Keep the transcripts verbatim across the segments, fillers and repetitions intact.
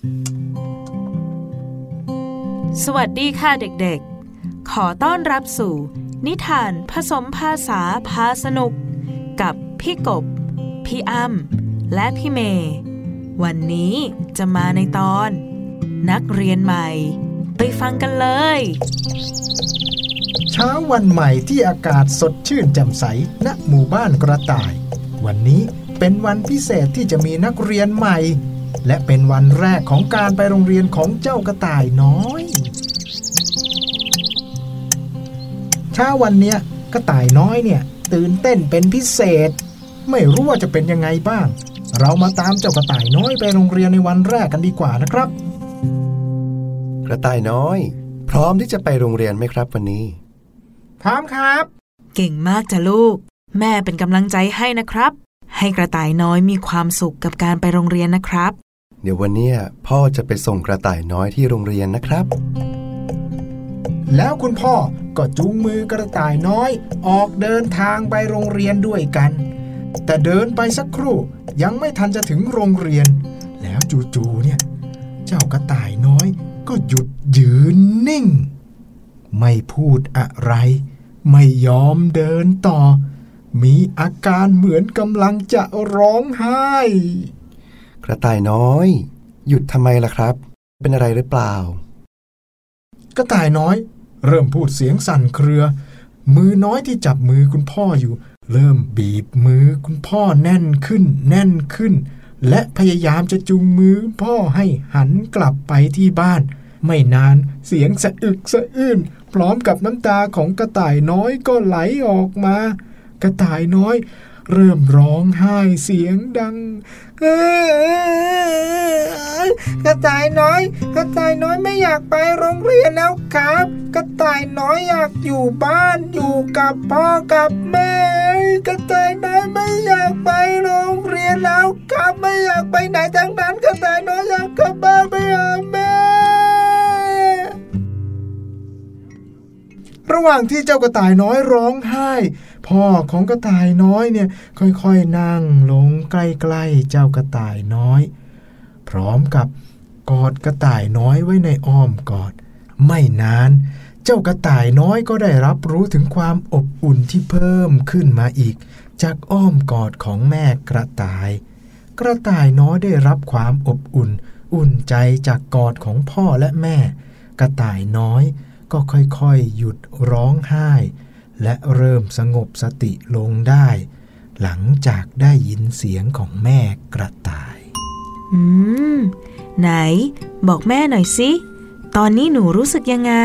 สวัสดีค่ะเด็กๆขอต้อนรับสู่นิทานผสมภาษาพาสนุกกับพี่กบพี่อ้ำและพี่เมย์วันนี้จะมาในตอนนักเรียนใหม่ไปฟังกันเลยเช้าวันใหม่ที่อากาศสดชื่นแจ่มใสณหมู่บ้านกระต่ายวันนี้เป็นวันพิเศษที่จะมีนักเรียนใหม่และเป็นวันแรกของการไปโรงเรียนของเจ้ากระต่ายน้อยเช้าวันเนี้ยกระต่ายน้อยเนี่ยตื่นเต้นเป็นพิเศษไม่รู้ว่าจะเป็นยังไงบ้างเรามาตามเจ้ากระต่ายน้อยไปโรงเรียนในวันแรกกันดีกว่านะครับกระต่ายน้อยพร้อมที่จะไปโรงเรียนไหมครับวันนี้พร้อมครับเก่งมากจ้ะลูกแม่เป็นกำลังใจให้นะครับให้กระต่ายน้อยมีความสุขกับการไปโรงเรียนนะครับเดี๋ยววันนี้พ่อจะไปส่งกระต่ายน้อยที่โรงเรียนนะครับแล้วคุณพ่อก็จูงมือกระต่ายน้อยออกเดินทางไปโรงเรียนด้วยกันแต่เดินไปสักครู่ยังไม่ทันจะถึงโรงเรียนแล้วจู่ๆเนี่ยเจ้ากระต่ายน้อยก็หยุดยืนนิ่งไม่พูดอะไรไม่ยอมเดินต่อมีอาการเหมือนกำลังจะร้องไห้กระต่ายน้อยหยุดทำไมล่ะครับเป็นอะไรหรือเปล่ากระต่ายน้อยเริ่มพูดเสียงสั่นเครือมือน้อยที่จับมือคุณพ่ออยู่เริ่มบีบมือคุณพ่อแน่นขึ้นแน่นขึ้นและพยายามจะจูงมือพ่อให้หันกลับไปที่บ้านไม่นานเสียงสะอึกสะอื้นพร้อมกับน้ำตาของกระต่ายน้อยก็ไหลออกมากระต่ายน้อยเริ่มร้องไห้เสียงดังกระต่ายน้อยกระต่ายน้อยไม่อยากไปโรงเรียนแล้วครับกระต่ายน้อยอยากอยู่บ้านอยู่กับพ่อกับแม่กระต่ายน้อยไม่อยากไปโรงเรียนแล้วครับไม่อยากไปไหนทั้งนั้นกระต่ายน้อยอยากกลับบ้านไปหาแม่ระหว่างที่เจ้ากระต่ายน้อยร้องไห้พ่อของกระต่ายน้อยเนี่ยค่อยๆนั่งลงใกล้ๆเจ้ากระต่ายน้อยพร้อมกับกอดกระต่ายน้อยไว้ในอ้อมกอดไม่นานเจ้ากระต่ายน้อยก็ได้รับรู้ถึงความอบอุ่นที่เพิ่มขึ้นมาอีกจากอ้อมกอดของแม่กระต่ายกระต่ายน้อยได้รับความอบอุ่นอุ่นใจจากกอดของพ่อและแม่กระต่ายน้อยก็ค่อยๆหยุดร้องไห้และเริ่มสงบสติลงได้หลังจากได้ยินเสียงของแม่กระต่ายอืมไหนบอกแม่หน่อยสิตอนนี้หนูรู้สึกยังไง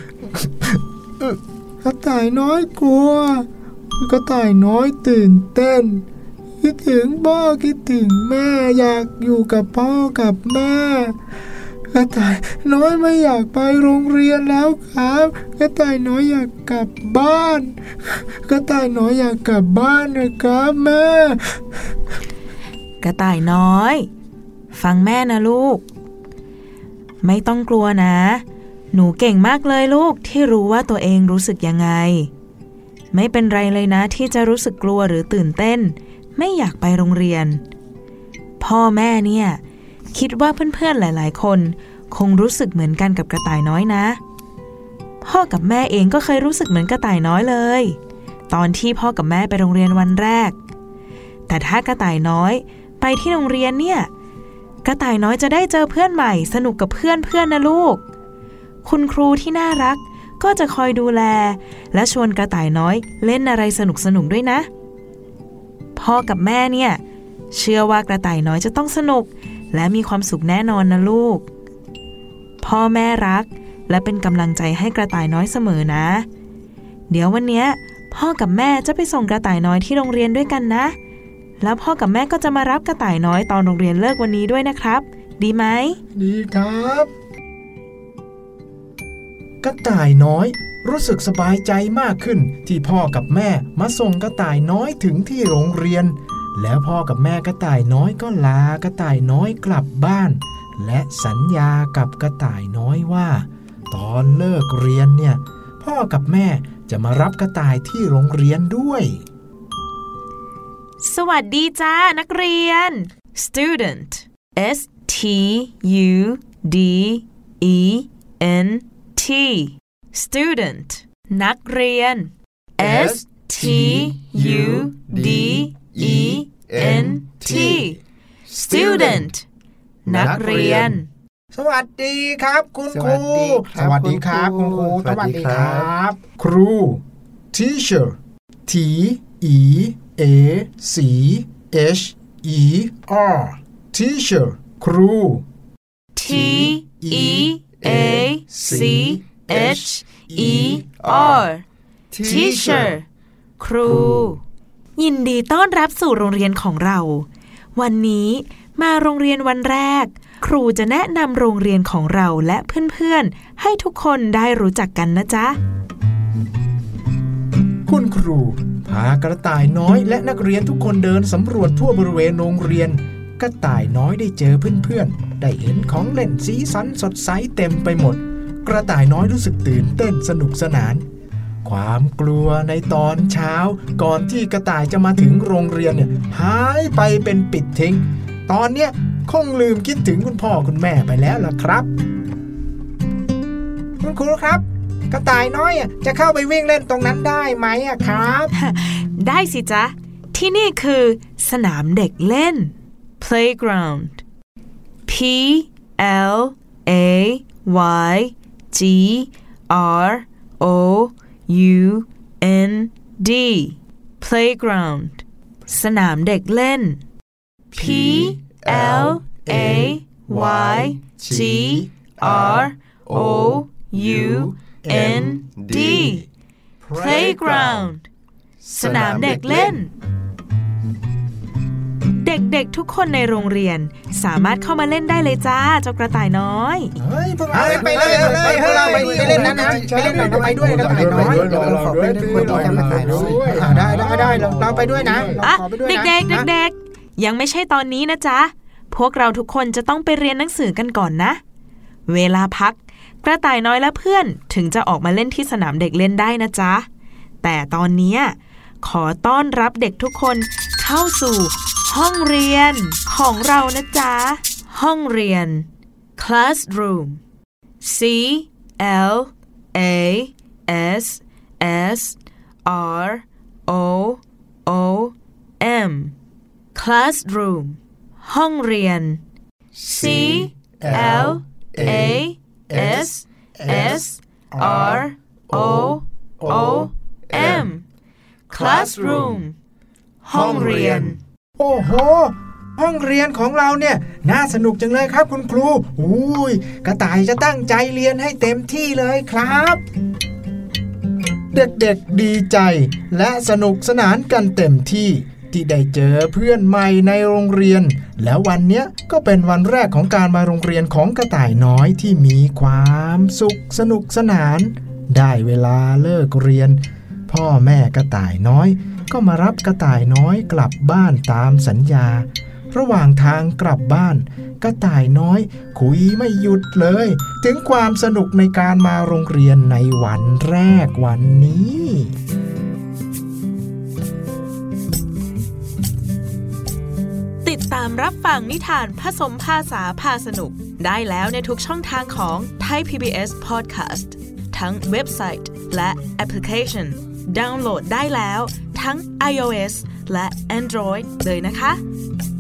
กระต่ายน้อยกลัวกระต่ายน้อยตื่นเต้นคิดถึงพ่อคิดถึงแม่อยากอยู่กับพ่อกับแม่กระต่ายน้อยไม่อยากไปโรงเรียนแล้วครับกระต่ายน้อยอยากกลับบ้านกระต่ายน้อยอยากกลับบ้านนะครับแม่กระต่ายน้อยฟังแม่นะลูกไม่ต้องกลัวนะหนูเก่งมากเลยลูกที่รู้ว่าตัวเองรู้สึกยังไงไม่เป็นไรเลยนะที่จะรู้สึกกลัวหรือตื่นเต้นไม่อยากไปโรงเรียนพ่อแม่เนี่ยคิดว่าเพื่อนๆหลายๆคนคงรู้สึกเหมือนกันกับกระต่ายน้อยนะพ่อกับแม่เองก็เคยรู้สึกเหมือนกระต่ายน้อยเลยตอนที่พ่อกับแม่ไปโรงเรียนวันแรกแต่ถ้ากระต่ายน้อยไปที่โรงเรียนเนี่ยกระต่ายน้อยจะได้เจอเพื่อนใหม่สนุกกับเพื่อนเพื่อนนะลูกคุณครูที่น่ารักก็จะคอยดูแลและชวนกระต่ายน้อยเล่นอะไรสนุกๆด้วยนะพ่อกับแม่เนี่ยเชื่อว่ากระต่ายน้อยจะต้องสนุกและมีความสุขแน่นอนนะลูกพ่อแม่รักและเป็นกำลังใจให้กระต่ายน้อยเสมอนะเดี๋ยววันนี้พ่อกับแม่จะไปส่งกระต่ายน้อยที่โรงเรียนด้วยกันนะแล้วพ่อกับแม่ก็จะมารับกระต่ายน้อยตอนโรงเรียนเลิกวันนี้ด้วยนะครับดีไหมดีครับกระต่ายน้อยรู้สึกสบายใจมากขึ้นที่พ่อกับแม่มาส่งกระต่ายน้อยถึงที่โรงเรียนแล้วพ่อกับแม่กระต่ายน้อยก็ลากระต่ายน้อยกลับบ้านและสัญญากับกระต่ายน้อยว่าตอนเลิกเรียนเนี่ยพ่อกับแม่จะมารับกระต่ายที่โรงเรียนด้วยสสวัสดีจ้านักเรียน student S T U D E N T student นักเรียน S T U D E N T student นักเรียนสวัสดีครับคุณครูสวัสดีครับคุณครูสวัสดีครับครู teacher T E A C H E R teacher ครู T E A C H E R teacher ครูยินดีต้อนรับสู่โรงเรียนของเราวันนี้มาโรงเรียนวันแรกครูจะแนะนำโรงเรียนของเราและเพื่อนๆให้ทุกคนได้รู้จักกันนะจ๊ะคุณครูพากระต่ายน้อยและนักเรียนทุกคนเดินสำรวจทั่วบริเวณโรงเรียนกระต่ายน้อยได้เจอเพื่อนๆได้เห็นของเล่นสีสันสดใสเต็มไปหมดกระต่ายน้อยรู้สึกตื่นเต้นสนุกสนานความกลัวในตอนเช้าก่อนที่กระต่ายจะมาถึงโรงเรียนเนี่ยหายไปเป็นปิดทิ้งตอนเนี้ยคงลืมคิดถึงคุณพ่อคุณแม่ไปแล้วล่ะครับคุณครูครับกระต่ายน้อยจะเข้าไปวิ่งเล่นตรงนั้นได้ไหมอะครับได้สิจ๊ะที่นี่คือสนามเด็กเล่น playground P L A Y G R O U N D playground สนามเด็กเล่น P L A Y G R O U N D playground สนามเด็กเล่นเด็กๆทุกคนในโรงเรียนสามารถเข้ามาเล่นได้เลยจ้าเจ้ากระต่ายน้อยเฮ้ยพวกเราไปเลยไปพวกเราไปไปเล่นนะนะไปเล่นหน่อยไปด้วยกระต่ายน้อยเราขอไปด้วยกระต่ายน้อยได้ได้ได้เราไปด้วยนะเด็กๆเด็กๆยังไม่ใช่ตอนนี้นะจ๊ะพวกเราทุกคนจะต้องไปเรียนหนังสือกันก่อนนะเวลาพักกระต่ายน้อยและเพื่อนถึงจะออกมาเล่นที่สนามเด็กเล่นได้นะจ๊ะแต่ตอนนี้ขอต้อนรับเด็กทุกคนเข้าสู่ห้องเรียนของเรานะจ๊ะห้องเรียน classroom C L A S S R O O M classroom ห้องเรียน C L A S S R O O M classroom ห้องเรียนโอ้โหห้องเรียนของเราเนี่ยน่าสนุกจังเลยครับคุณครูอุ้ยกระต่ายจะตั้งใจเรียนให้เต็มที่เลยครับเด็กๆดีใจและสนุกสนานกันเต็มที่ที่ได้เจอเพื่อนใหม่ในโรงเรียนแล้ววันเนี้ยก็เป็นวันแรกของการมาโรงเรียนของกระต่ายน้อยที่มีความสุขสนุกสนานได้เวลาเลิกเรียนพ่อแม่กระต่ายน้อยก็มารับกระต่ายน้อยกลับบ้านตามสัญญาระหว่างทางกลับบ้านกระต่ายน้อยคุยไม่หยุดเลยถึงความสนุกในการมาโรงเรียนในวันแรกวันนี้ติดตามรับฟังนิทานผสมภาษาพาสนุกได้แล้วในทุกช่องทางของ Thai พี บี เอส Podcast ทั้งเว็บไซต์และแอปพลิเคชันดาวน์โหลดได้แล้วทั้ง iOS และ Android เลยนะคะ